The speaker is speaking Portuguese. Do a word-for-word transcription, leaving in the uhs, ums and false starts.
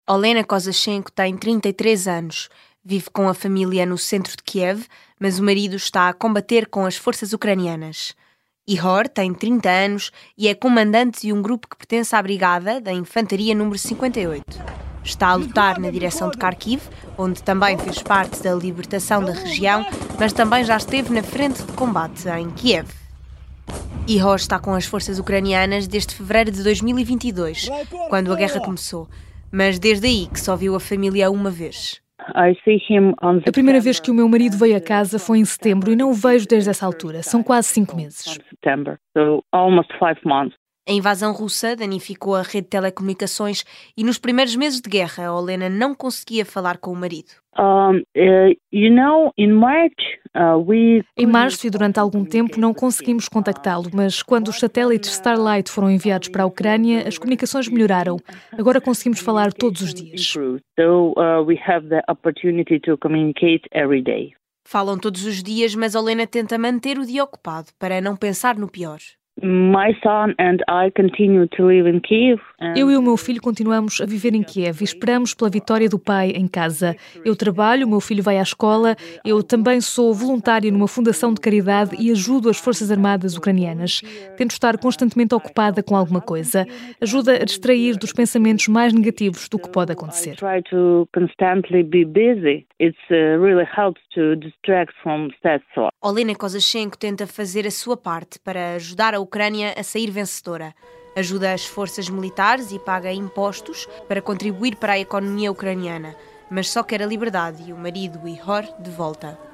Olena Kozashenko tem trinta e três anos. Vive com a família no centro de Kiev, mas o marido está a combater com as forças ucranianas. Ihor tem trinta anos e é comandante de um grupo que pertence à brigada da Infantaria número cinquenta e oito. Está a lutar na direção de Kharkiv, onde também fez parte da libertação da região, mas também já esteve na frente de combate em Kiev. Ihor está com as forças ucranianas desde fevereiro de dois mil e vinte e dois, quando a guerra começou, mas desde aí que só viu a família uma vez. A primeira vez que o meu marido veio a casa foi em setembro e não o vejo desde essa altura. São quase cinco meses. A invasão russa danificou a rede de telecomunicações e nos primeiros meses de guerra a Olena não conseguia falar com o marido. Em março e durante algum tempo não conseguimos contactá-lo, mas quando os satélites Starlight foram enviados para a Ucrânia, as comunicações melhoraram. Agora conseguimos falar todos os dias. Falam todos os dias, mas Olena tenta manter o dia ocupado para não pensar no pior. Eu e o meu filho continuamos a viver em Kiev e esperamos pela vitória do pai em casa. Eu trabalho, o meu filho vai à escola, eu também sou voluntária numa fundação de caridade e ajudo as Forças Armadas ucranianas. Tento estar constantemente ocupada com alguma coisa. Ajuda a distrair dos pensamentos mais negativos do que pode acontecer. Olena Kozashenko tenta fazer a sua parte para ajudar a Ucrânia a sair vencedora. Ajuda as forças militares e paga impostos para contribuir para a economia ucraniana, mas só quer a liberdade e o marido Ihor de volta.